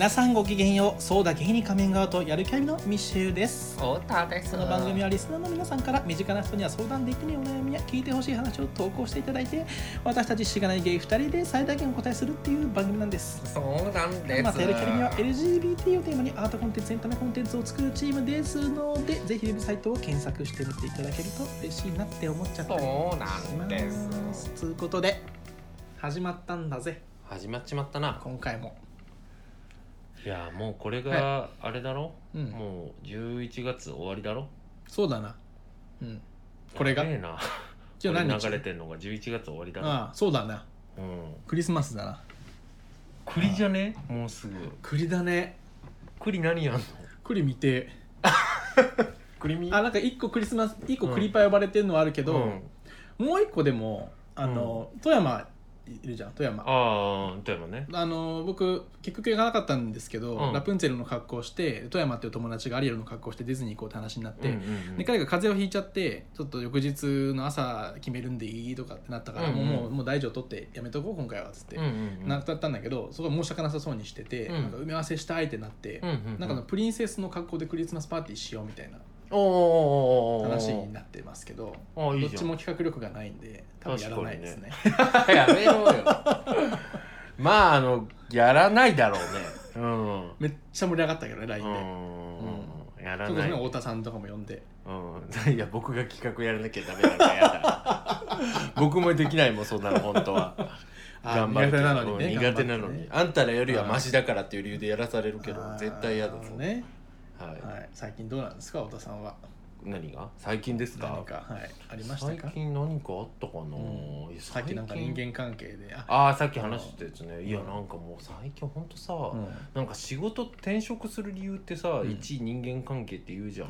皆さんごきげんよう。そうだゲイに仮面が合うとやる気ありのミシェルです。 太田です。 この番組はリスナーの皆さんから身近な人には相談できないお悩みや聞いてほしい話を投稿していただいて、私たちしがないゲイ2人で最大限お答えするっていう番組なんです。 そうなんです。 またやる気ありには LGBT をテーマにアートコンテンツエンタメコンテンツを作るチームですので、ぜひウェブサイトを検索してみていただけると嬉しいなって思っちゃったりしそうなんでます。 す。 ということで始まったんだぜ始まっちまったな。 今回も。 いやもうこれがあれだろ、 うんもう11月終わりだろ。 そうだな。これがやべえな。 今日何日流れてんのが11月終わりだろ。 ああそうだな。 うん。 クリスマスだな。 栗じゃね？もうすぐ。 栗だね。 栗何やんの？ 栗見て栗見？ なんか1個クリスマス1個栗パ呼ばれてるのはあるけど、もう1個でも富山いるじゃん。富山富山ね。 僕結局行かなかったんですけど、 うんラプンツェルの格好をして富山っていう友達がアリエルの格好をしてディズニー行こうって話になって、で彼が風邪をひいちゃってちょっと翌日の朝決めるんでいいとかってなったから、もう大丈夫取ってやめとこう今回はっつって、なったんだけど、そこは申し訳なさそうにしてて、なんか埋め合わせしたいってなって、なんかのプリンセスの格好でクリスマスパーティーしようみたいな話になってますけど、どっちも企画力がないんで多分やらないですね。 やめろよ。まあやらないだろうね。 めっちゃ盛り上がったけどね LINE で。 やらない。 そうですね、太田さんとかも呼んで。 いや僕が企画やらなきゃダメなんかやだ。僕もできないもんそんなの本当は。頑張るけど苦手なのにね。 苦手なのに。あんたらよりはマシだからっていう理由でやらされるけど絶対嫌だぞね。 はい。 最近どうなんですか太田さんは。 何が最近ですか？ 何かありましたか？ 最近何かあったかな。 さっきなんか人間関係でさっき話してたやつね。いやなんかもう最近ほんとさ、なんか仕事転職する理由ってさ、1位人間関係って言うじゃん。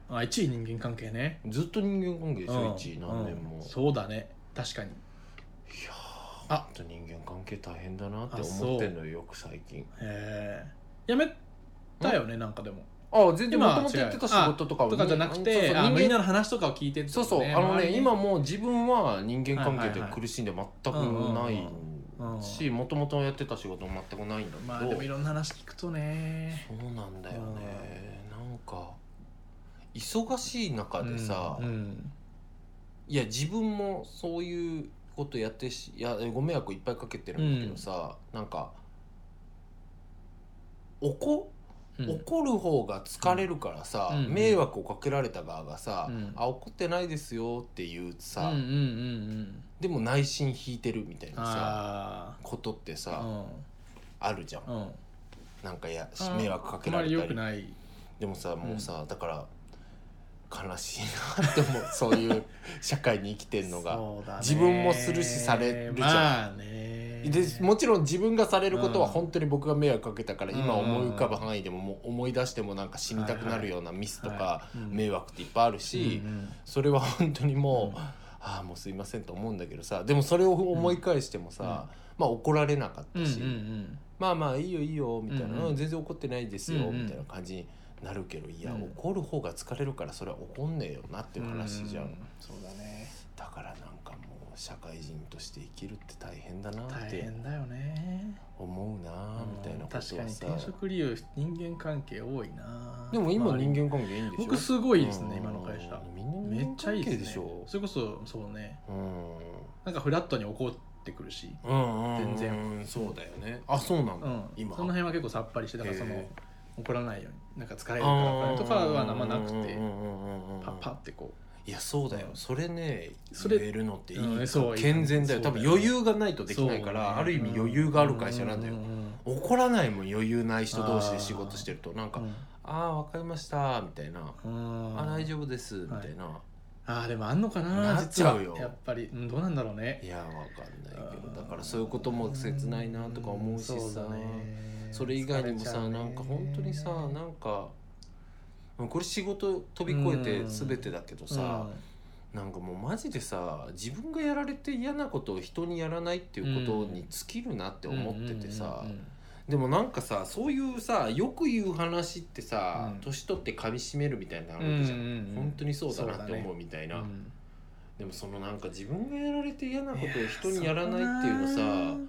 1位人間関係ね。 ずっと人間関係でしょ、1位何年も。 そうだね、確かに。いやほんと人間関係大変だなって思ってんのよ、よく最近。 やめたよね、なんかでも。 全然もともとやってた仕事とかとかじゃなくて、みんなの話とかを聞いてる。 そうそう、今もう自分は人間関係で苦しんで全くないし、もともとやってた仕事も全くないんだけど、 まあでもいろんな話聞くとね。 そうなんだよね。なんか忙しい中でさ、いや自分もそういうことやってご迷惑いっぱいかけてるんだけどさ、なんか怒る方が疲れるからさ、迷惑をかけられた側がさ、怒ってないですよっていうさ、でも内心引いてるみたいなさことってさ、あるじゃん。なんか迷惑かけられたり。でもさもうさ、だから悲しいなって思う。そういう社会に生きてんのが自分もするしされるじゃん。でもちろん自分がされることは本当に僕が迷惑かけたから、今思い浮かぶ範囲でも思い出してもなんか死にたくなるようなミスとか迷惑っていっぱいあるし、それは本当にもうもうすいませんと思うんだけどさ、でもそれを思い返してもさ、まあ怒られなかったし、まあまあいいよいいよみたいな、全然怒ってないですよみたいな感じになるけど、いや怒る方が疲れるからそれは怒んねえよなっていう話じゃん。 そうだね。 だからなんかもう社会人として生きるって大変だなって大変だよね思うなみたいなことはさ。 確かに転職理由人間関係多いな。 でも今人間関係いいんでしょ？ 僕すごいですね、今の会社。めっちゃいいでですしょ。 それこそそうね、なんかフラットに怒ってくるし、全然そうだよね。そうなんだ。 今その辺は結構さっぱりして、だからその怒らないようになんか疲れるからとかはあんまなくて、パッパってこう。 いやそうだよ、それねそれ言えるのっていい、健全だよ。多分余裕がないとできないから、ある意味余裕がある会社なんだよ。怒らないもん、余裕ない人同士で仕事してると、なんかわかりましたみたいな、大丈夫ですみたいな。 でもあんのかな、 なっちゃうよやっぱり。どうなんだろうね。 いやわかんないけど、だからそういうことも切ないなとか思うしさ、それ以外にもさ、なんか本当にさ、なんかこれ仕事飛び越えて全てだけどさ、なんかもうマジでさ、自分がやられて嫌なことを人にやらないっていうことに尽きるなって思っててさ、でもなんかさ、そういうさよく言う話ってさ、年取って噛み締めるみたいなのあるじゃん。本当にそうだなって思うみたいな。でもそのなんか自分がやられて嫌なことを人にやらないっていうのさ、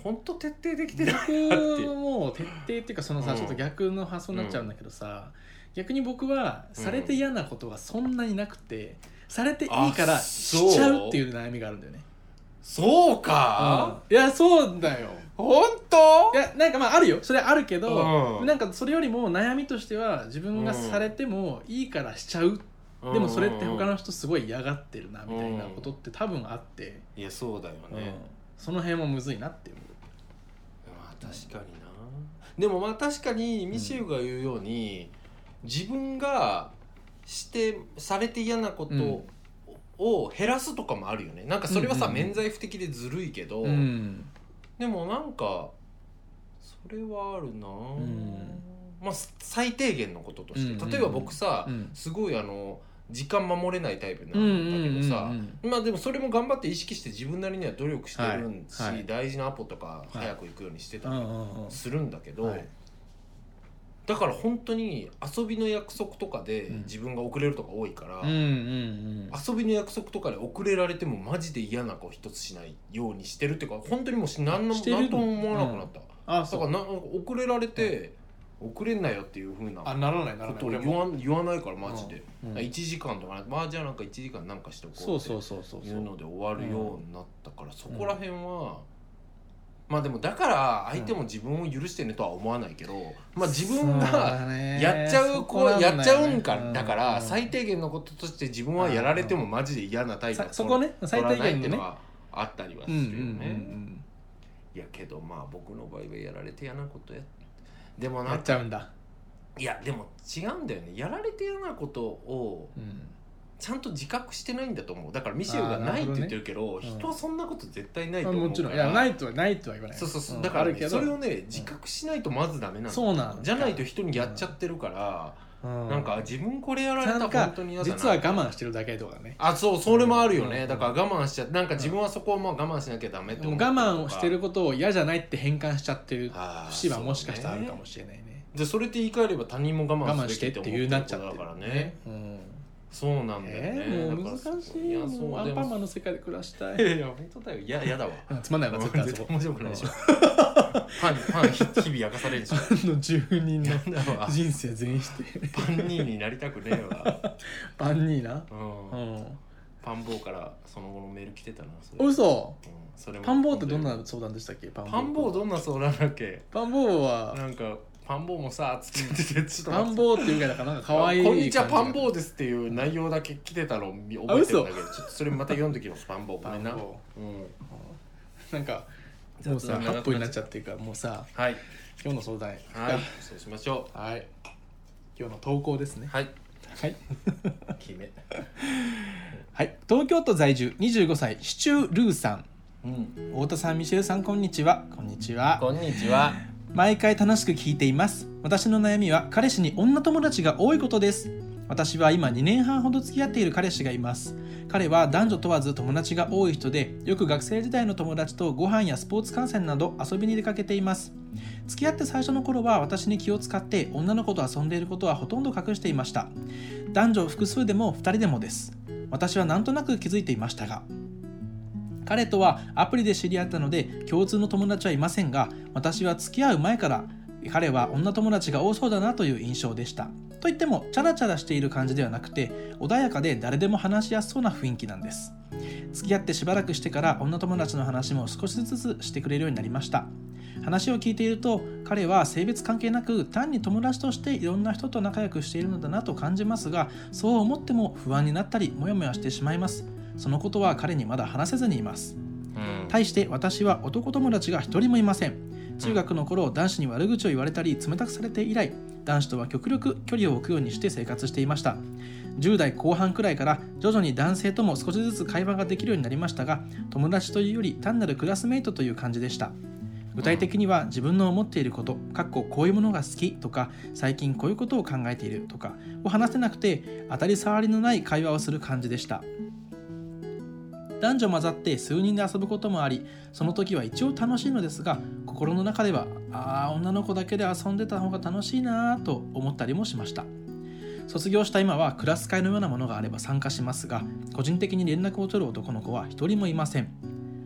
本当徹底できてないなって僕も徹底っていうかそのさ、ちょっと逆の発想になっちゃうんだけどさ、逆に僕はされて嫌なことがそんなになくて、されていいからしちゃうっていう悩みがあるんだよね。 そうか、 いやそうだよ。 本当？ いやなんかまああるよ、それあるけど、なんかそれよりも悩みとしては自分がされてもいいからしちゃう、でもそれって他の人すごい嫌がってるなみたいなことって多分あって、 いやそうだよね、 その辺もむずいなって思う。 まあ確かにな。でもまあ確かにミシェルが言うように、自分がされて嫌なことを減らすとかもあるよね。なんかそれはさ、免罪符的でずるいけど、でもなんかそれはあるな、まあ最低限のこととして、例えば僕さ、すごい時間守れないタイプなんだけどさ、まあでもそれも頑張って意識して自分なりには努力してるし、大事なアポとか早く行くようにしてたりするんだけど、だから本当に遊びの約束とかで自分が遅れるとか多いから、遊びの約束とかで遅れられてもマジで嫌な子一つしないようにしてるっていうか、本当にもう何とも思わなくなった。だから遅れられて、遅れんなよっていう風なことを言わないからマジで、1時間とかまあじゃあなんか1時間なんかしとこうっていうので終わるようになったから、そこら辺はまあでもだから相手も自分を許してねとは思わないけど、まあ自分がやっちゃうんか、だから最低限のこととして自分はやられてもマジで嫌なタイプは取らないっていうのはあったりはするよね。いやけどまあ僕の場合はやられて嫌なことでもなんかやっちゃうんだ。 いやでも違うんだよね。やられて嫌なことをちゃんと自覚してないんだと思う。だからミシェルがないって言ってるけど、人はそんなこと絶対ないと思うから。もちろんいやないとは言わない。そうだから、ね、それをね自覚しないとまずダメなんだ。そうなんじゃないと人にやっちゃってるから、なんか自分これやられたら本当に嫌だな。実は我慢してるだけとかね。そうそれもあるよね。だから我慢しちゃなんか自分はそこをまあ我慢しなきゃダメって思う。我慢をしてることを嫌じゃないって変換しちゃってる節はもしかしたらあるかもしれないね。でそれって言い換えれば他人も我慢してって思ってることだからね。そうなんだよね。もう難しい。もうアンパンマンの世界で暮らしたい。いや本当だよ。やだわ。つまんないわ絶対。面白くないでしょ。パン日々焼かされるでしょ。パンの住人の人生全否定。パンニーになりたくねえわ。パンニーな。パンボーからその後のメール来てたな。嘘。パンボーってどんな相談でしたっけ？パンボーどんな相談だっけ？パンボーはなんか。パンボーもさつっててパンボーっていうかなんか可愛いこんにちはパンボーですっていう内容だけ来てたの覚えてるんだけど、ちょっとそれまた読んできます。パンボーごめんな。なんかもうさ8分になっちゃってるからもうさ、今日の相談そうしましょう。はい今日の投稿ですね。はい決めはい東京都在住25歳シチュールーさん、太田さんミシェルさんこんにちは。こんにちは。こんにちは。毎回楽しく聞いています。私の悩みは彼氏に女友達が多いことです。私は今2年半ほど付き合っている彼氏がいます。彼は男女問わず友達が多い人で、よく学生時代の友達とご飯やスポーツ観戦など遊びに出かけています。付き合って最初の頃は私に気を使って女の子と遊んでいることはほとんど隠していました。男女複数でも2人でもです。私はなんとなく気づいていましたが、彼とはアプリで知り合ったので共通の友達はいませんが、私は付き合う前から彼は女友達が多そうだなという印象でした。といってもチャラチャラしている感じではなくて、穏やかで誰でも話しやすそうな雰囲気なんです。付き合ってしばらくしてから女友達の話も少しずつしてくれるようになりました。話を聞いていると、彼は性別関係なく単に友達としていろんな人と仲良くしているのだなと感じますが、そう思っても不安になったりモヤモヤしてしまいます。そのことは彼にまだ話せずにいます。対して私は男友達が一人もいません。中学の頃男子に悪口を言われたり冷たくされて以来、男子とは極力距離を置くようにして生活していました。10代後半くらいから徐々に男性とも少しずつ会話ができるようになりましたが、友達というより単なるクラスメイトという感じでした。具体的には自分の思っていること、こういうものが好きとか、最近こういうことを考えているとかを話せなくて、当たり障りのない会話をする感じでした。男女混ざって数人で遊ぶこともあり、その時は一応楽しいのですが、心の中では女の子だけで遊んでた方が楽しいなと思ったりもしました。卒業した今はクラス会のようなものがあれば参加しますが、個人的に連絡を取る男の子は一人もいません。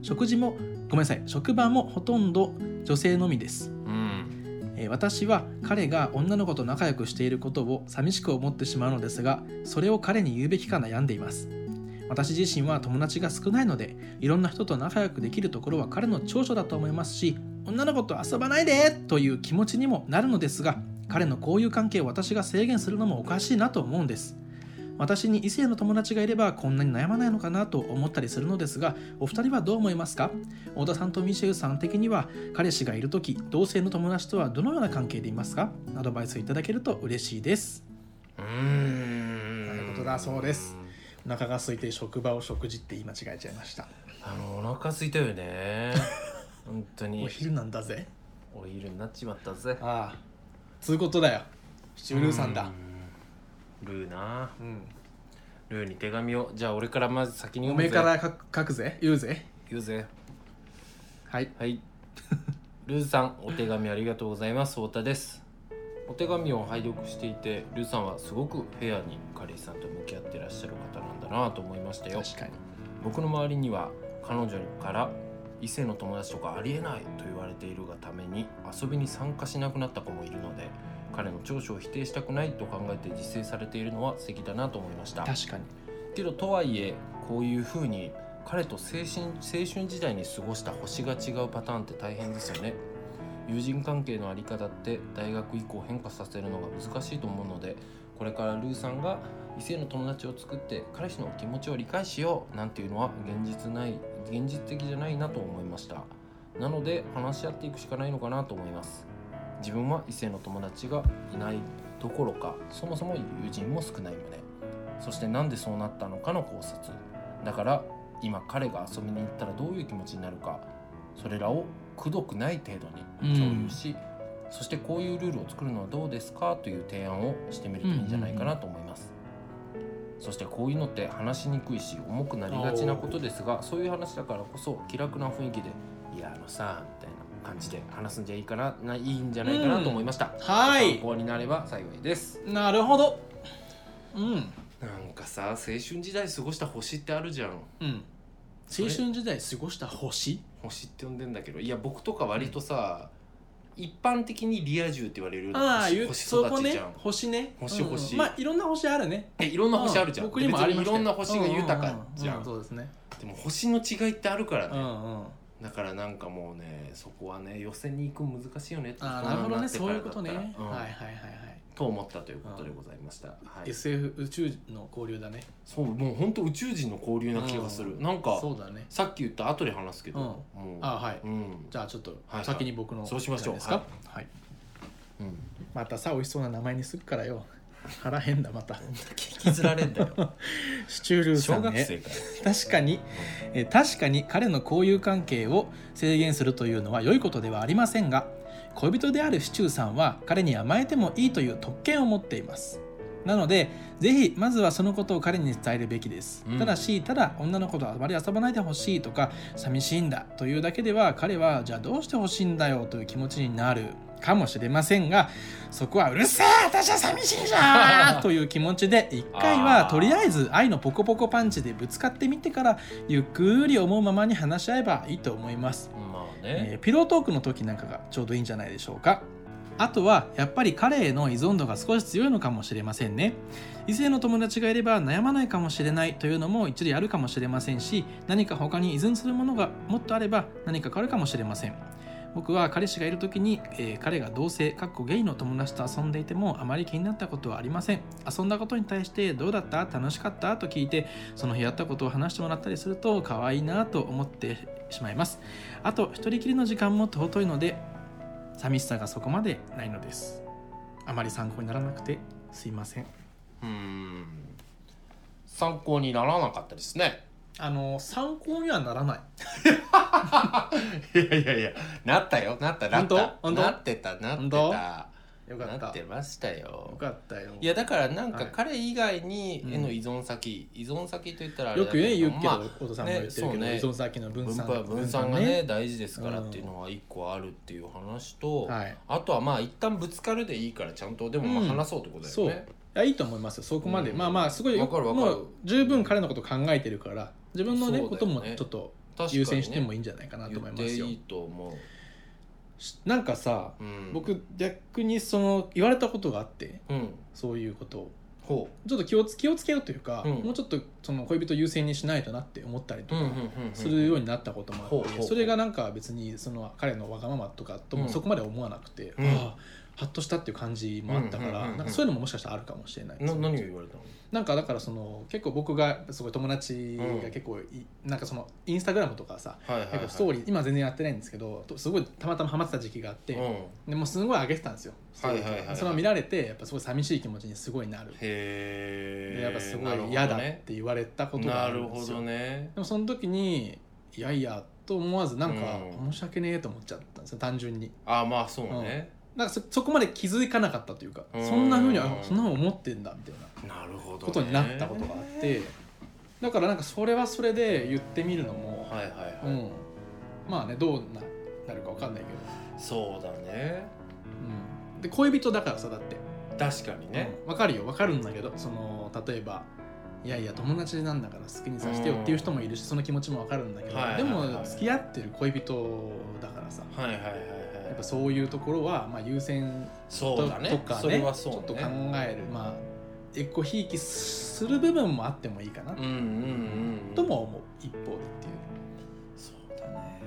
食場もほとんど女性のみです、私は彼が女の子と仲良くしていることを寂しく思ってしまうのですが、それを彼に言うべきか悩んでいます。私自身は友達が少ないので、いろんな人と仲良くできるところは彼の長所だと思いますし、女の子と遊ばないでという気持ちにもなるのですが、彼の交友関係を私が制限するのもおかしいなと思うんです。私に異性の友達がいればこんなに悩まないのかなと思ったりするのですが、お二人はどう思いますか？太田さんとミシェルさん的には、彼氏がいるとき同性の友達とはどのような関係でいますか？アドバイスいただけると嬉しいです。ということだそうです。お腹が空いて職場を食事って言い間違えちゃいました。 お腹空いたよね本当にお昼なんだぜ。 お昼になっちまったぜ。 ああ、つうことだよ。シチュールーさんだ。 ルーな、ルーに手紙を、じゃあ俺からまず先に読むぜ。おめえから書くぜ。言うぜ。はいルーさん、お手紙ありがとうございます。太田です。お手紙を拝読していて、ルーさんはすごくフェアに彼氏さんと向き合ってらっしゃる方なんだなと思いましたよ。 確かに。 僕の周りには彼女から異性の友達とかありえないと言われているがために遊びに参加しなくなった子もいるので、彼の長所を否定したくないと考えて自制されているのは素敵だなと思いました。 確かに。 けどとはいえ、こういう風に彼と青春時代に過ごした星が違うパターンって大変ですよね。友人関係のあり方って大学以降変化させるのが難しいと思うので、これからルーさんが異性の友達を作って彼氏の気持ちを理解しようなんていうのは現実的じゃないなと思いました。なので話し合っていくしかないのかなと思います。自分は異性の友達がいないどころか、そもそも友人も少ない旨、そしてなんでそうなったのかの考察だから、今彼が遊びに行ったらどういう気持ちになるか、それらをくどくない程度に共有し、そしてこういうルールを作るのはどうですかという提案をしてみるといいんじゃないかなと思います。そしてこういうのって話しにくいし重くなりがちなことですが、そういう話だからこそ気楽な雰囲気で、いやさみたいな感じで話すんじゃいいんじゃないかなと思いました。 はい。 参考になれば幸いです。 なるほど。 なんかさ、青春時代過ごした星ってあるじゃん。 青春時代過ごした星って呼んでんだけど、いや僕とか割とさ、一般的にリア充って言われる星育ちじゃん。 星ね。 星、 まあいろんな星あるね。 いろんな星あるじゃん。 僕にもありました。 いろんな星が豊かじゃん。 そうですね。 でも星の違いってあるからね。だからなんかもうね、そこはね、予選に行くの難しいよねって。 なるほどね、そういうことね。はいと思ったということでございました。 SF 宇宙の交流だね。 そう、もう本当宇宙人の交流な気がする。なんかそうだね。 さっき言った後で話すけど、 じゃあちょっと先に僕のそうしましょう。 はい。またさ、美味しそうな名前にするからよ。腹変だまた。 聞きずられんだよ。 シチュールーさんね。 小学生かよ。確かに彼の交友関係を制限するというのは良いことではありませんが、恋人であるシチューさんは彼に甘えてもいいという特権を持っています。なのでぜひまずはそのことを彼に伝えるべきです。ただ女の子とあまり遊ばないでほしいとか寂しいんだというだけでは、彼はじゃあどうしてほしいんだよという気持ちになるかもしれませんが、そこはうるせえ私は寂しいじゃんという気持ちで一回はとりあえず愛のポコポコパンチでぶつかってみてから、ゆっくり思うままに話し合えばいいと思います。ピロートークの時なんかがちょうどいいんじゃないでしょうか。あとはやっぱり彼への依存度が少し強いのかもしれませんね。異性の友達がいれば悩まないかもしれないというのも一理あるかもしれませんし、何か他に依存するものがもっとあれば何か変わるかもしれません。僕は彼氏がいる時に、彼が同性ゲイの友達と遊んでいてもあまり気になったことはありません。遊んだことに対してどうだった？楽しかった？と聞いて、その日やったことを話してもらったりすると可愛いなと思ってしまいます。あと一人きりの時間も尊いので寂しさがそこまでないのです。あまり参考にならなくてすいません。 参考にならなかったですね。 参考にはならない。 いやなったよ。なってたよかった。 なってましたよ。 よかったよ。 いやだからなんか彼以外にへの依存先と言ったらあれだけど、よく言うけど、お父さんも言ってるけど、依存先の分散がね大事ですからっていうのは一個あるっていう話と、あとはまあ一旦ぶつかるでいいからちゃんとでもまあ話そうってことだよね。 いいと思いますよ、そこまで。まあすごいもう十分彼のこと考えてるから、自分のねこともちょっと優先してもいいんじゃないかなと思いますよ。 言っていいと思う。 なんかさ、僕逆にその言われたことがあって、そういうことをちょっと気をつけようというか、もうちょっとその恋人優先にしないとなって思ったりとかするようになったこともあって、それがなんか別にその彼のわがままとかともそこまで思わなくて、ハッとしたっていう感じもあったから、なんかそういうのももしかしたらあるかもしれないです。 何を言われたの？ なんかだからその結構僕がすごい友達が結構なんかそのインスタグラムとかさ、結構ストーリー今全然やってないんですけど、すごいたまたまハマってた時期があって、でもうすごい上げてたんですよ。それを見られてやっぱすごい寂しい気持ちにすごいなる。でやっぱすごい嫌だって言われたことがあるんですよ。でもその時にいやいやと思わずなんか申し訳ねえと思っちゃったんですよ、単純に。 まあそうね。 なんかそこまで気づかなかったというか、そんな風にそんなの思ってんだみたいなことになったことがあって、だからなんかそれはそれで言ってみるのも、まあねどうなるか分かんないけど。 そうだね。 で恋人だからさ、だって確かにね、 分かるよ、分かるんだけど、その例えばいやいや友達なんだから好きにさせてよっていう人もいるし、その気持ちも分かるんだけど、でも付き合ってる恋人だからさ、やっぱそういうところはまあ優先とかね、ちょっと考える、まあ一個ひいきする部分もあってもいいかなとも思う一方でっていう。 そうだね。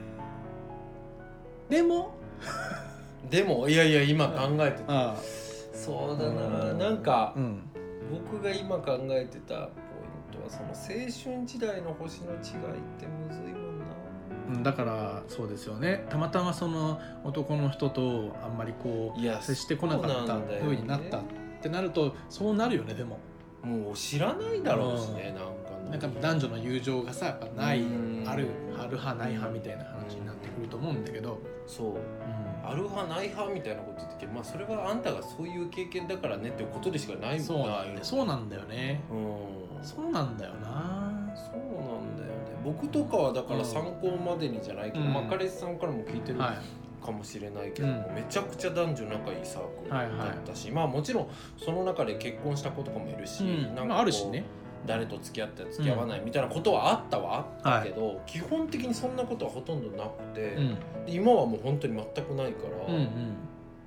でもいや今考えてた、そうだな、なんか、僕が今考えてたポイントはその青春時代の星の違いってむずいもんな。 だからそうですよね、たまたまその男の人とあんまりこう接してこなかった風になったってなるとそうなるよね。でももう知らないだろうしね、 なんか男女の友情がさやっぱない、ある派ない派みたいな話になってくると思うんだけど、 そう、ある派ない派みたいなこと言ってて、まあそれはあんたがそういう経験だからねっていうことでしかないもんな。 そうなんだよね。そうなんだよな。 そうなんだよね。僕とかはだから参考までにじゃないけど、彼氏さんからも聞いてるかもしれないけども、めちゃくちゃ男女仲いいサークルだったし、まあもちろんその中で結婚した子とかもいるし、なんかあるしね、 誰と付き合って付き合わないみたいなことはあったけど、基本的にそんなことはほとんどなくて、今はもう本当に全くないから、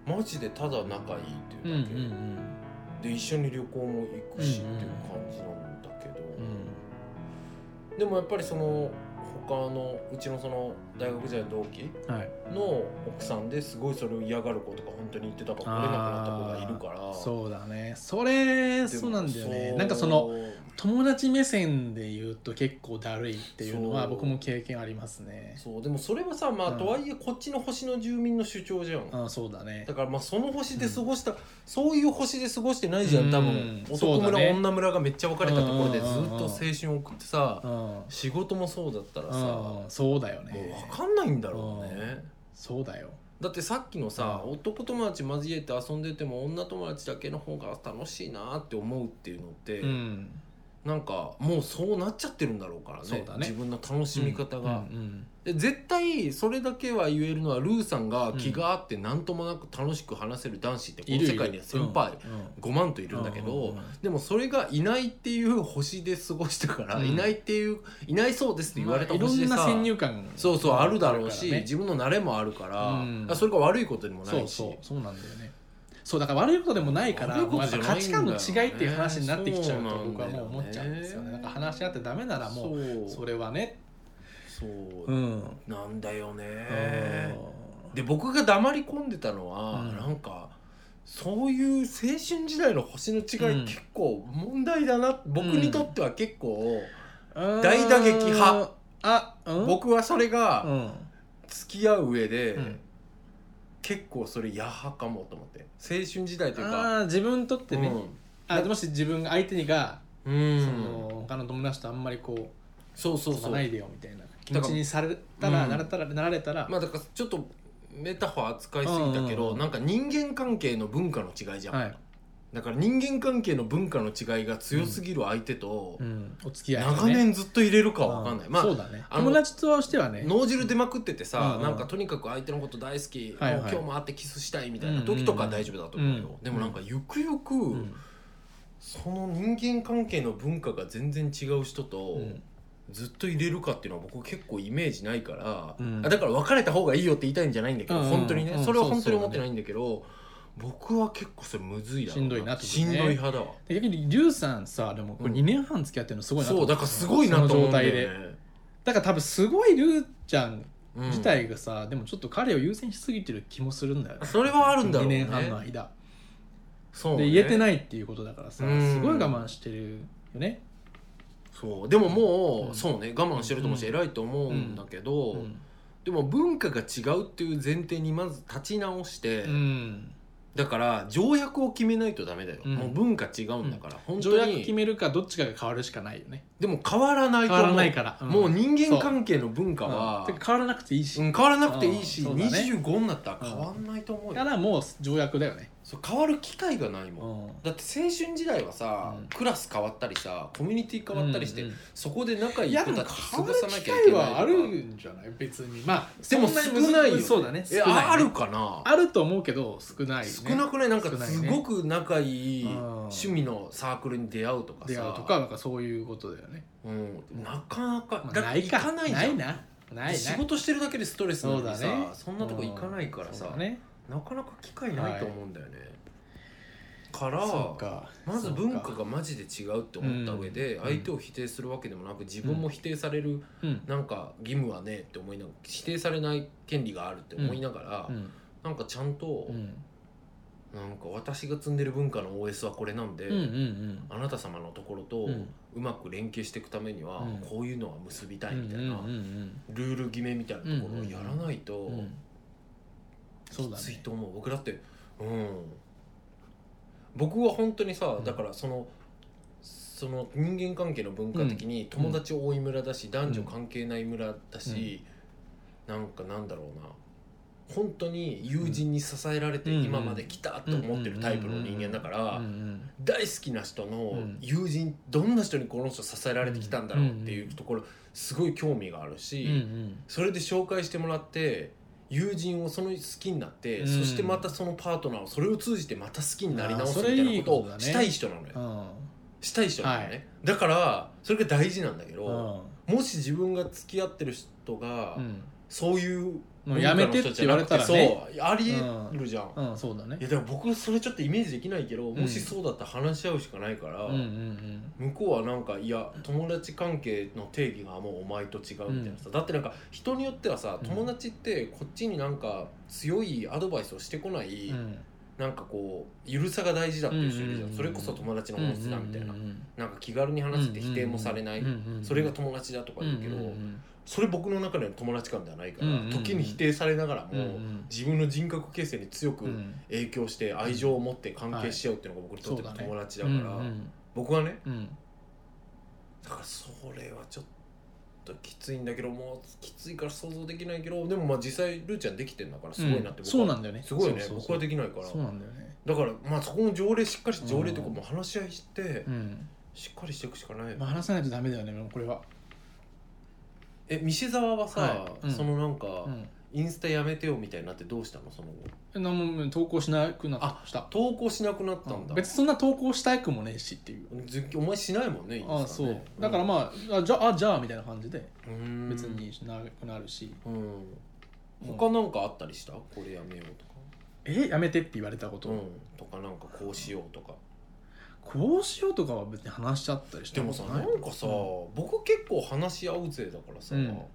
マジでただ仲いいっていうだけで、一緒に旅行も行くしっていう感じなんだけど、でもやっぱりその他のうちのその大学時代の同期の奥さんですごいそれを嫌がる子とか本当に言ってたから来れなくなった子がいるから。 そうだね、そうなんだよね。なんかその友達目線で言うと結構だるいっていうのは僕も経験ありますね。 そうでもそれはさ、まあとはいえこっちの星の住民の主張じゃん。 そうだね。 だからまあその星で過ごした、そういう星で過ごしてないじゃん多分。男村、女村がめっちゃ分かれたところでずっと青春を送ってさ、仕事もそうだったらさ、 そうだよね。 もう分かんないんだろうね。 そうだよ。 だってさっきのさ、男友達交えて遊んでても女友達だけの方が楽しいなって思うっていうのって、なんかもうそうなっちゃってるんだろうから ね、自分の楽しみ方が、で絶対それだけは言えるのはルーさんが気があって何ともなく楽しく話せる男子ってこの世界には先輩5万といるんだけど、でもそれがいないっていう星で過ごしたから、いないっていういないそうですって言われた星でさ、 いろんな先入観そうあるだろうし、自分の慣れもあるから、それが悪いことでもないし、 そうなんだよね。そうだから悪いことでもないから、もうやっぱ価値観の違いっていう話になってきちゃうと僕はもう思っちゃうんですよね。なんか話し合ってダメならもうそれはね、 そうなんだよね。で僕が黙り込んでたのは、なんかそういう青春時代の星の違い結構問題だな、僕にとっては結構大打撃派。僕はそれが付き合う上で、結構それヤハかもと思って、青春時代というか自分にとってね、もし自分が相手がその他の友達とあんまりこうそうないでよみたいな気持ちにされたら、なられたら、 まあだからちょっとメタファー扱いすぎたけど、なんか人間関係の文化の違いじゃん、だから人間関係の文化の違いが強すぎる相手とお付き合い長年ずっと入れるかは分かんない。まあそうだね、友達としてはね脳汁出まくっててさ、なんかとにかく相手のこと大好き、もう今日も会ってキスしたいみたいな時とかは大丈夫だと思うよ。でもなんかゆくゆくその人間関係の文化が全然違う人とずっと入れるかっていうのは僕結構イメージないから、 うん、 だから別れた方がいいよって言いたいんじゃないんだけど、本当にね、それは本当に思ってないんだけど、僕は結構それむずいだろうな、 しんどいなってことね。 しんどい派だわ。 逆にリュウさんさ、でもこれ2年半付き合ってるのすごいなと思そうだからすごいなと思うんだよね。 だから多分すごいリュウちゃん自体がさ、でもちょっと彼を優先しすぎてる気もするんだよね。 それはあるんだろうね。 2年半の間そうね、 で言えてないっていうことだからさ、すごい我慢してるよね。 そうでももう、そうね、我慢してると思うし、偉いと思うんだけど、でも文化が違うっていう前提にまず立ち直して、だから条約を決めないとダメだよ、もう文化違うんだから、本当に条約決めるかどっちかが変わるしかないよね。 でも変わらないと思う。 変わらないから、 もう人間関係の文化は、 変わらなくていいし、 変わらなくていいし、25になったら変わんないと思うよ。 だからもう条約だよね。 そう変わる機会がないもん、だって青春時代はさ、クラス変わったりさ、コミュニティ変わったりして、そこで仲いい子たち過ごさなきゃいけない。 はあるんじゃない？別にまあでも少ないよ。 そうだね。 あるかな。 あると思うけど少ないね。 少なくない？なんかすごく仲いい趣味のサークルに出会うとかさ。 出会うとかなんかそういうことだよね。 なかなか行かないじゃん。ないな。 仕事してるだけでストレスなのにさ、そんなとこ行かないからさ、なかなか機会ないと思うんだよね。からまず文化がマジで違うって思った上で、相手を否定するわけでもなく、自分も否定されるなんか義務はねえって思いながら、否定されない権利があるって思いながら、なんかちゃんとなんか私が積んでる文化の OS はこれなんで、あなた様のところとうまく連携していくためにはこういうのは結びたいみたいなルール決めみたいなところをやらないときついと思う。僕だって僕は本当にさ、だからその人間関係の文化的に友達多い村だし、男女関係ない村だし、なんかなんだろうな、本当に友人に支えられて今まで来たと思ってるタイプの人間だから、大好きな人の友人、どんな人にこの人支えられてきたんだろうっていうところすごい興味があるし、それで紹介してもらって友人をその好きになって、そしてまたそのパートナーをそれを通じてまた好きになり直すみたいなことをしたい人なのよ。したい人なのね。だからそれが大事なんだけど、もし自分が付き合ってる人がそういうやめてって言われたらね、 そうありえるじゃん。 そうだね。 いやでも僕それちょっとイメージできないけど、もしそうだったら話し合うしかないから、向こうはなんかいや友達関係の定義がもうお前と違うみたいなさ、だってなんか人によってはさ、友達ってこっちになんか強いアドバイスをしてこない、なんかこうゆるさが大事だっていう人いるじゃん。それこそ友達の本質だみたいな、なんか気軽に話して否定もされない、それが友達だとか言うけど、それ僕の中での友達感ではないから、時に否定されながらも自分の人格形成に強く影響して愛情を持って関係し合うっていうのが僕にとっての友達だから、僕はね、だからそれはちょっときついんだけど、もうきついから想像できないけど、でもまあ実際ルーちゃんできてんだからすごいなって僕は、 そうなんだよね。 すごいね。僕はできないから。 そうなんだよね。 だからまあそこの条例しっかり条例とかも話し合いしてしっかりしていくしかない。 話さないとダメだよねこれは。 三瀬沢はさ、そのなんかインスタやめてよみたいになってどうしたのその後？投稿しなくなった。 投稿しなくなったんだ。 別にそんな投稿したくもねえしっていう。 お前しないもんね。 そうだからまあじゃあみたいな感じで別にしなくなるし。 他なんかあったりした？これやめようとか。 やめてって言われたこととか、なんかこうしようとか。 こうしようとかは別に話し合ったりして。 でもさ、なんかさ、僕結構話し合う勢だからさ、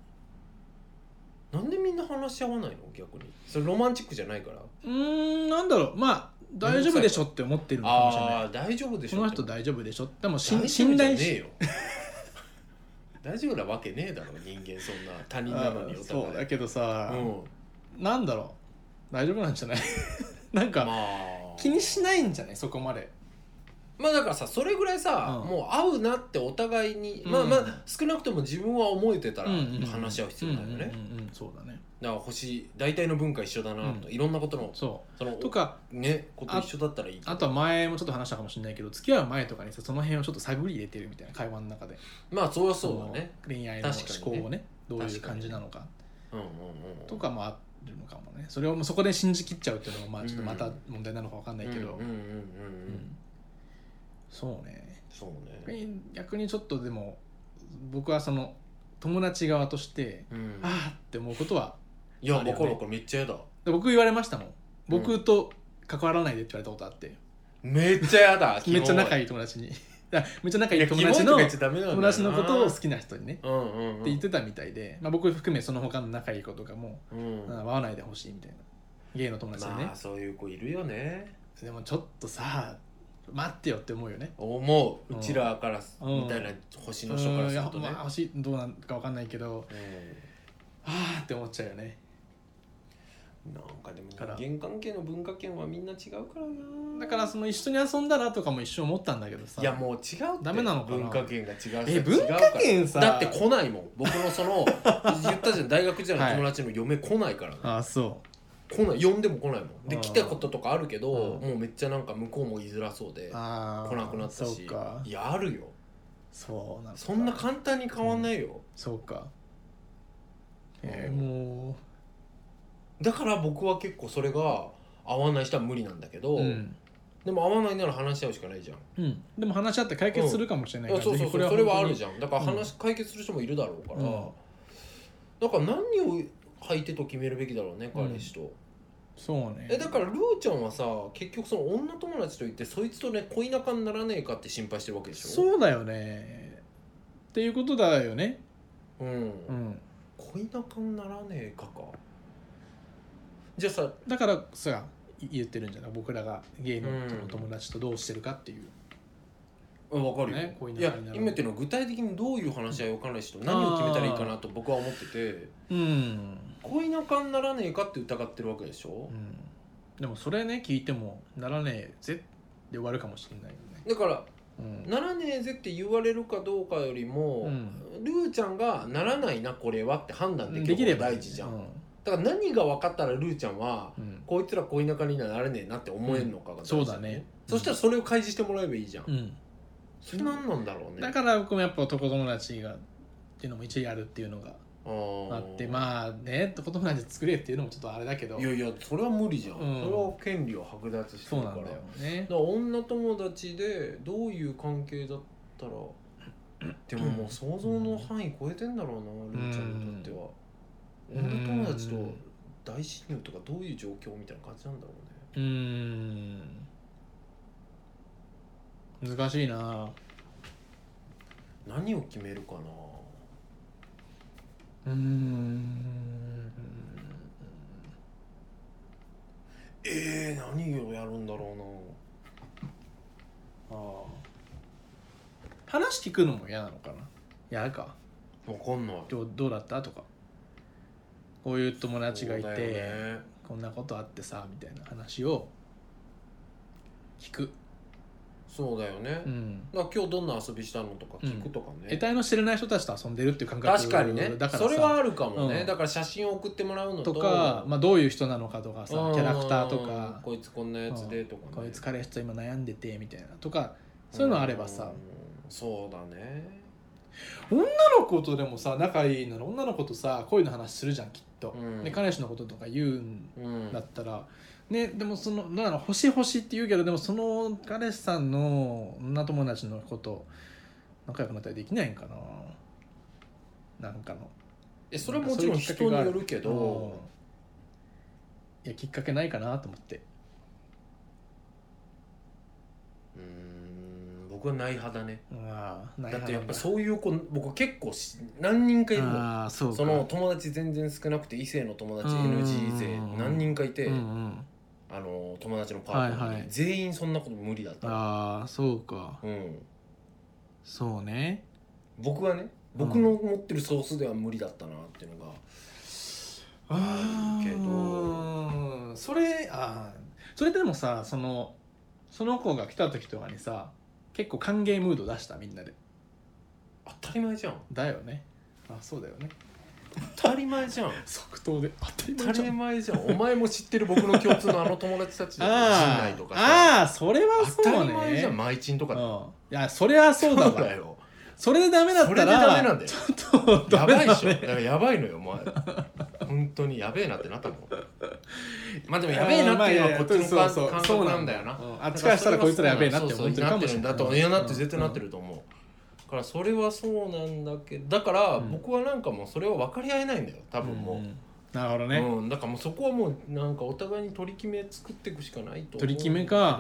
なんでみんな話し合わないの逆に。それロマンチックじゃないから。 なんだろう、まあ大丈夫でしょって思ってるのかもしれない。 大丈夫でしょ。 この人大丈夫でしょ。でも信頼しねえよ。大丈夫なわけねえだろ人間、そんな他人なのに。 そうだけどさ、なんだろう、大丈夫なんじゃないなんか気にしないんじゃないそこまで。 まあだからさ、それぐらいさ、もう合うなってお互いに、まあ少なくとも自分は思えてたら話し合う必要ないよね。 そうだね。 だから大体の文化一緒だなと、いろんなことのそのとかねこと一緒だったらいいけど、 あとは前もちょっと話したかもしれないけど、付き合う前とかにさ、その辺をちょっと探り入れてるみたいな会話の中で。 まあそうだね。 恋愛の思考をね、どういう感じなのかとかもあるのかもね。それをもうそこで信じきっちゃうっていうのもまあちょっとまた問題なのか分かんないけど。そうね。逆にちょっとでも僕はその友達側として、ああって思うことはいや分かるめっちゃ嫌だ。 僕言われましたもん、僕と関わらないでって言われたことあって、 めっちゃ嫌だめっちゃ仲いい友達にめっちゃ仲いい友達の友達のことを好きな人にね、って言ってたみたいで、僕含めその他の仲いい子とかも、会わないでほしいみたいな、ゲイの友達でね。 そういう子いるよね。 でもちょっとさ待ってよって思うよね。 思う、うちらからみたいな星の人からするとね、 星どうなんか分かんないけど、あーって思っちゃうよね。 なんかでも人間関係の文化圏はみんな違うからな。 だからその一緒に遊んだらとかも一瞬思ったんだけどさ、 いやもう違うってダメなのかな、 文化圏が違う。 文化圏さ、 だって来ないもん、僕のその言ったじゃん、大学時代の友達の嫁来ないからね。 あ、そう来ない、呼んでも来ないもんで、来たこととかあるけど、もうめっちゃなんか向こうも居づらそうで来なくなったし。いやあるよ、 そうなんだ、 そんな簡単に変わんないよ、 そうか。もうだから僕は結構それが合わない人は無理なんだけど、でも合わないなら話し合うしかないじゃん。 でも話し合って解決するかもしれないから、 そうそれはあるじゃん。だから解決する人もいるだろうから、だから何を相手と決めるべきだろうね、彼氏と。 そうね。 だからルーちゃんはさ、結局その女友達といってそいつとね恋仲にならねえかって心配してるわけでしょ。 そうだよねっていうことだよね。 恋仲にならねえかか。じゃあさ、 だからさ言ってるんじゃない、僕らがゲイの友達とどうしてるかっていう。 分かるよ、ね、いや今っていうのは具体的にどういう話し合いを彼氏と何を決めたらいいかなと僕は思ってて、恋仲にならねえかって疑ってるわけでしょ、 でもそれね聞いてもならねえぜで終わるかもしれないよね。 だから、ならねえぜって言われるかどうかよりも、ルーちゃんがならないなこれはって判断できるのが大事じゃん。だから何が分かったらルーちゃんは、こいつら恋仲にならねえなって思えるのかが大事、 そうだね。 そしたらそれを開示してもらえばいいじゃん。それ何なんだろうね。 だから僕もやっぱ男友達がっていうのも一理あるっていうのがあって、まあね男友達作れっていうのもちょっとあれだけど、 いやそれは無理じゃん、それは権利を剥奪してるから。そうなんだよね。だから女友達でどういう関係だったらでももう想像の範囲超えてんだろうな、ルーちゃんにとっては。女友達と大親友とかどういう状況みたいな感じなんだろうね。 難しいな。 何を決めるかな。何をやるんだろうな。 話聞くのも嫌なのかな。嫌か。 分かんない。 どうだったとか、こういう友達がいて、こんなことあってさみたいな話を聞く。 そうだよね、だから今日どんな遊びしたのとか聞くとかね、 得体の知れない人たちと遊んでるっていう感覚。 確かにね、それはあるかもね、だから写真を送ってもらうのとか、どういう人なのかとかさ、キャラクターとか、 こいつこんなやつでとか、 こいつ彼氏と今悩んでてみたいなとか、そういうのあればさ。 そうだね。 女の子とでもさ仲いいなら女の子とさ恋の話するじゃんきっと、で彼氏のこととか言うんだったらね、でもその星って言うけど、でもその彼氏さんの女友達のこと仲良くなったりできないんかな。なんかのそれはもちろん人によるけど、 いやきっかけないかなと思って。 僕はない派だね。 だってやっぱそういう子僕結構何人かいるの。その友達全然少なくて異性の友達 NG 勢何人かいて、友達のパートナーに全員そんなこと無理だった。 そうか。そうね。 僕はね、僕の持ってるソースでは無理だったなっていうのがあるけど、 それってでもさ、その子が来た時とかにさ結構歓迎ムード出した。みんなで当たり前じゃん。 だよね。そうだよね。 当たり前じゃん。 即答で当たり前じゃん。お前も知ってる僕の共通の友達たちだよ。陣内とかさ。 それはそうね。 当たり前じゃん。マイチンとかいやそれはそうだわ。 そうだよ。 それでダメだったらそれでダメなんだよ。 ちょっとやばいでしょ。だからやばいのよお前。本当にやべえなってなったもん。まあでもやべえなっていうのはこっちの感覚なんだよな。 あっちからしたらこいつらやべえなって思ってるかもしれない。 いやなって絶対なってると思うからそれはそうなんだけど、だから僕はなんかもうそれは分かり合えないんだよ多分もう、 なるほどね、 だからもうそこはもうなんかお互いに取り決め作っていくしかないと思うんだけど。 取り決めか、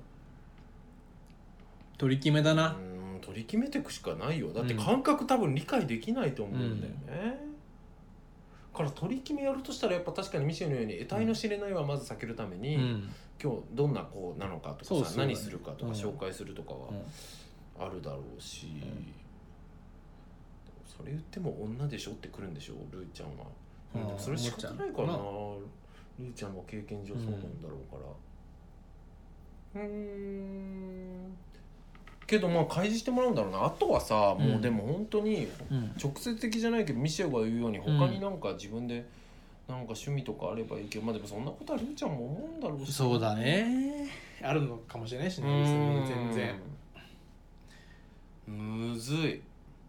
取り決めだな。 取り決めていくしかないよ。だって感覚多分理解できないと思うんだよね、から取り決めやるとしたらやっぱ確かにミシェルのように得体の知れないはまず避けるために、今日どんな子なのかとかさ、何するかとか紹介するとかはあるだろうし、それ言っても女でしょってくるんでしょルーちゃんは。でもそれ仕方ないかな、ルーちゃんの経験上そうなんだろうから、けどまあ開示してもらうんだろうな。あとはさ、もうでも本当に直接的じゃないけどミシェルが言うように他になんか自分でなんか趣味とかあればいいけど、まあでもそんなことはルーちゃんも思うんだろうし。 そうだね、あるのかもしれないしね、全然むずい。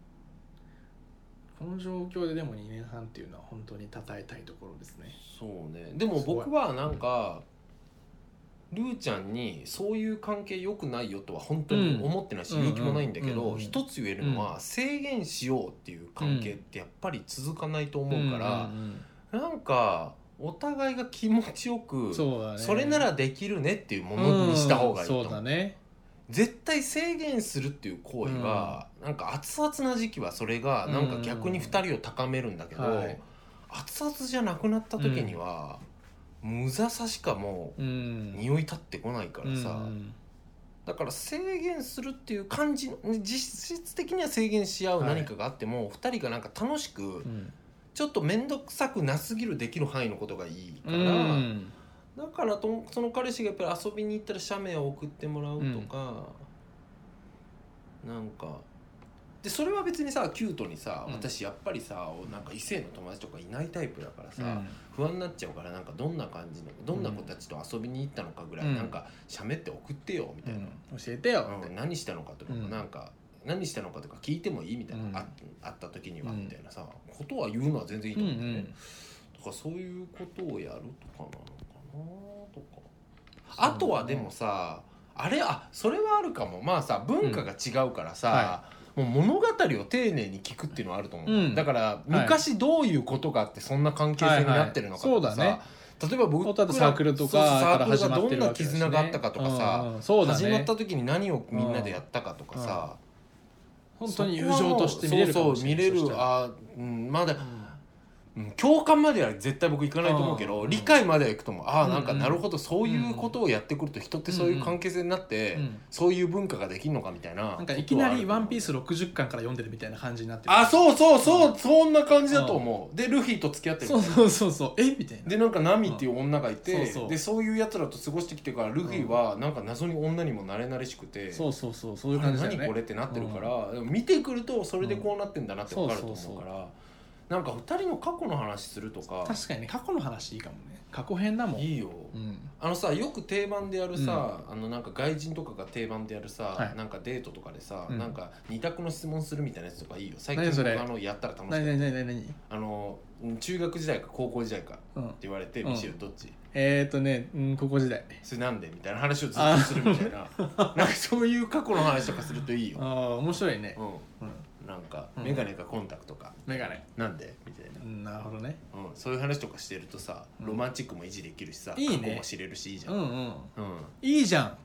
この状況ででも2年半っていうのは本当に称えたいところですね。 そうね。でも僕はなんかルーちゃんにそういう関係良くないよとは本当に思ってないし、勇気もないんだけど、一つ言えるのは制限しようっていう関係ってやっぱり続かないと思うから、なんかお互いが気持ちよく それならできるねっていうものにした方がいいと思う。そうだね。絶対制限するっていう行為は、なんか熱々な時期はそれがなんか逆に2人を高めるんだけど、熱々じゃなくなった時には、無ざさしかもう匂い立ってこないからさ、だから制限するっていう感じの実質的には制限し合う何かがあっても、2人がなんか楽しく、ちょっと面倒くさくなすぎるできる範囲のことがいいから、だからその彼氏がやっぱり遊びに行ったら写メを送ってもらうとか、なんかでそれは別にさキュートにさ、私やっぱりさなんか異性の友達とかいないタイプだからさ、不安になっちゃうから、なんかどんな感じのどんな子たちと遊びに行ったのかぐらい、なんか写メって送ってよみたいな、 教えてよ、 何したのかとか、なんか何したのかとか聞いてもいいみたいな、あった時にはみたいなさ、ことは言うのは全然いいと思うんだよね。だからそういうことをやるとかなのかなとか。あとはでもさ、それはあるかも。まあさ文化が違うからさ、もう物語を丁寧に聞くっていうのはあると思う、だから昔どういうことがあってそんな関係性になってるのかとかさ、例えば僕らサークルとかから始まってるわけだしね、 どんな絆があったかとかさ、始まった時に何をみんなでやったかとかさ、 本当に友情として見れるかもしれない。 そう見れる。まだ共感までは絶対僕いかないと思うけど、理解まではいくと思う。なんかなるほど、そういうことをやってくると人ってそういう関係性になって、そういう文化ができるのかみたいな。 なんかいきなりワンピース60巻から読んでるみたいな感じになってる。 そんな感じだと思う。でルフィと付き合ってる。 そうみたいな。 でなんかナミっていう女がいて、でそういうやつらと過ごしてきてからルフィはなんか謎に女にも慣れ慣れしくて、 そういう感じだよね。 何これってなってるから、見てくるとそれでこうなってんだなって分かると思うから。なんか2人の過去の話するとか。 確かにね、過去の話いいかもね。過去編だもん。 いいよ、よく定番でやるさ、なんか外人とかが定番でやるさ、なんかデートとかでさ、なんか2択の質問するみたいなやつとかいいよ。最近僕やったら楽しい。 何中学時代か高校時代かって言われて、ミシェルどっち？ 高校時代。 それなんでみたいな話をずっとするみたいな。なんかそういう過去の話とかするといいよ。 面白いね。 なんかメガネかコンタクトか、 メガネなんでみたいな、 なるほどね、 そういう話とかしてるとさ、ロマンチックも維持できるしさ、 いいね、 過去も知れるしいいじゃん。 いいじゃん。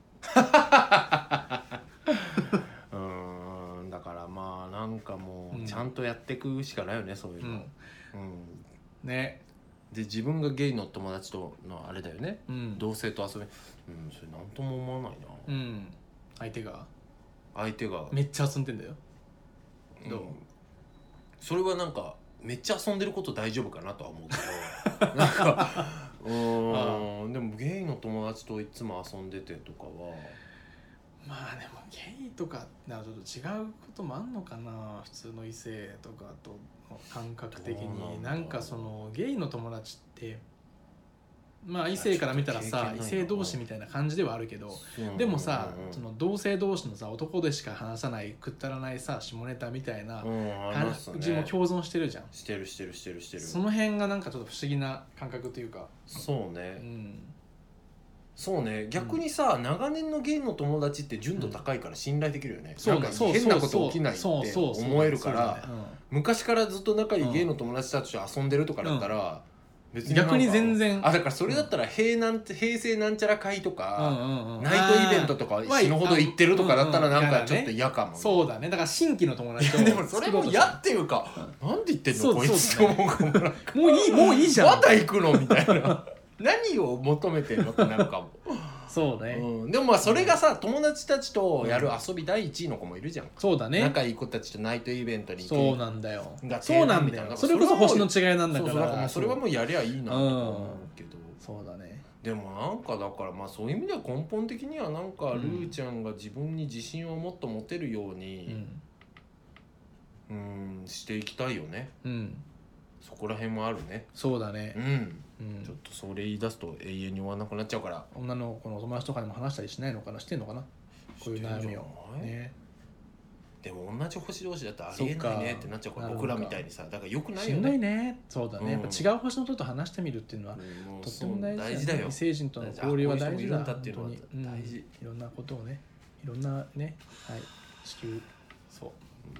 だからまあなんかもうちゃんとやっていくしかないよね、そういうの。 ね。 で自分がゲイの友達とのあれだよね、同性と遊び、それなんとも思わないな。 相手がめっちゃ遊んでんだよ。どう？ それはなんかめっちゃ遊んでること大丈夫かなとは思うけどなんかでもゲイの友達といつも遊んでてとかは、 まあでもゲイとかなると違うこともあんのかな。普通の異性とかと感覚的になんかそのゲイの友達ってまあ異性から見たらさ異性同士みたいな感じではあるけど、でもさその同性同士のさ男でしか話さないくったらないさ下ネタみたいな感じも共存してるじゃん。 してる。その辺がなんかちょっと不思議な感覚というか。 そうね、 そうね、逆にさ、長年のゲイの友達って純度高いから信頼できるよね、 そうなんか変なこと起きないって思えるから、昔からずっと仲いいゲイの友達たちと遊んでるとかだったら、別に逆に全然だからそれだったら平成なんちゃら会とか、ナイトイベントとか死ぬほど行ってるとかだったらなんかちょっと嫌かも、 そうだね。だから新規の友達とでもそれも嫌っていうか、なんで言ってんのこいつって思うかも。 もういいじゃん、 まだ行くのみたいな何を求めてんのってなるかも。 そうね、 でもまあそれがさ、友達たちとやる遊び第一位の子もいるじゃん。 そうだね、 仲いい子たちとナイトイベントに行く。 そうなんだよ、そうなんだよ。それこそ星の違いなんだから、 それはもうやりゃいいなと思うけど、 そうだね。 でもなんかだからまあそういう意味では根本的にはなんかルーちゃんが自分に自信をもっと持てるようにしていきたいよね。そこら辺もあるね。 そうだね。 ちょっとそれ言い出すと永遠に終わらなくなっちゃうから。 女の子の友達とかにも話したりしないのかな、してんのかな、こういう悩みをね。 でも同じ星同士だとありえないねってなっちゃうから、僕らみたいにさ、だからよくないよね。 しんどいね。そうだね、やっぱ違う星の人と話してみるっていうのはとっても大事だよ。異星人との交流は大事だ。本当に大事。いろんなことをね、いろんなね、はい、地球、そう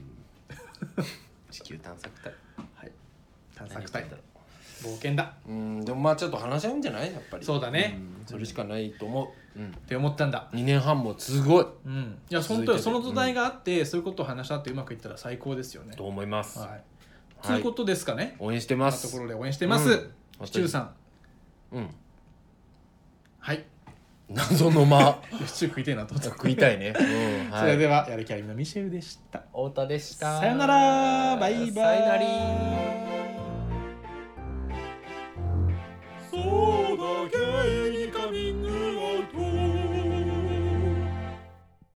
地球探索隊、 はい、探索隊冒険だ。 でもまあちょっと話し合うんじゃない、やっぱり。 そうだね、 それしかないと思うって思ったんだ。 2年半もすごい。 いや本当にその土台があって、そういうことを話し合ってうまくいったら最高ですよね。 と思います。 ということですかね。 応援してます。 ところで応援してます。シチューさん。はい。 謎の間。 シチュー食いたいなと思った。 食いたいね。 それではやる気ありみのミシェルでした。 太田でした。 さよなら。バイバイ。 さよなら。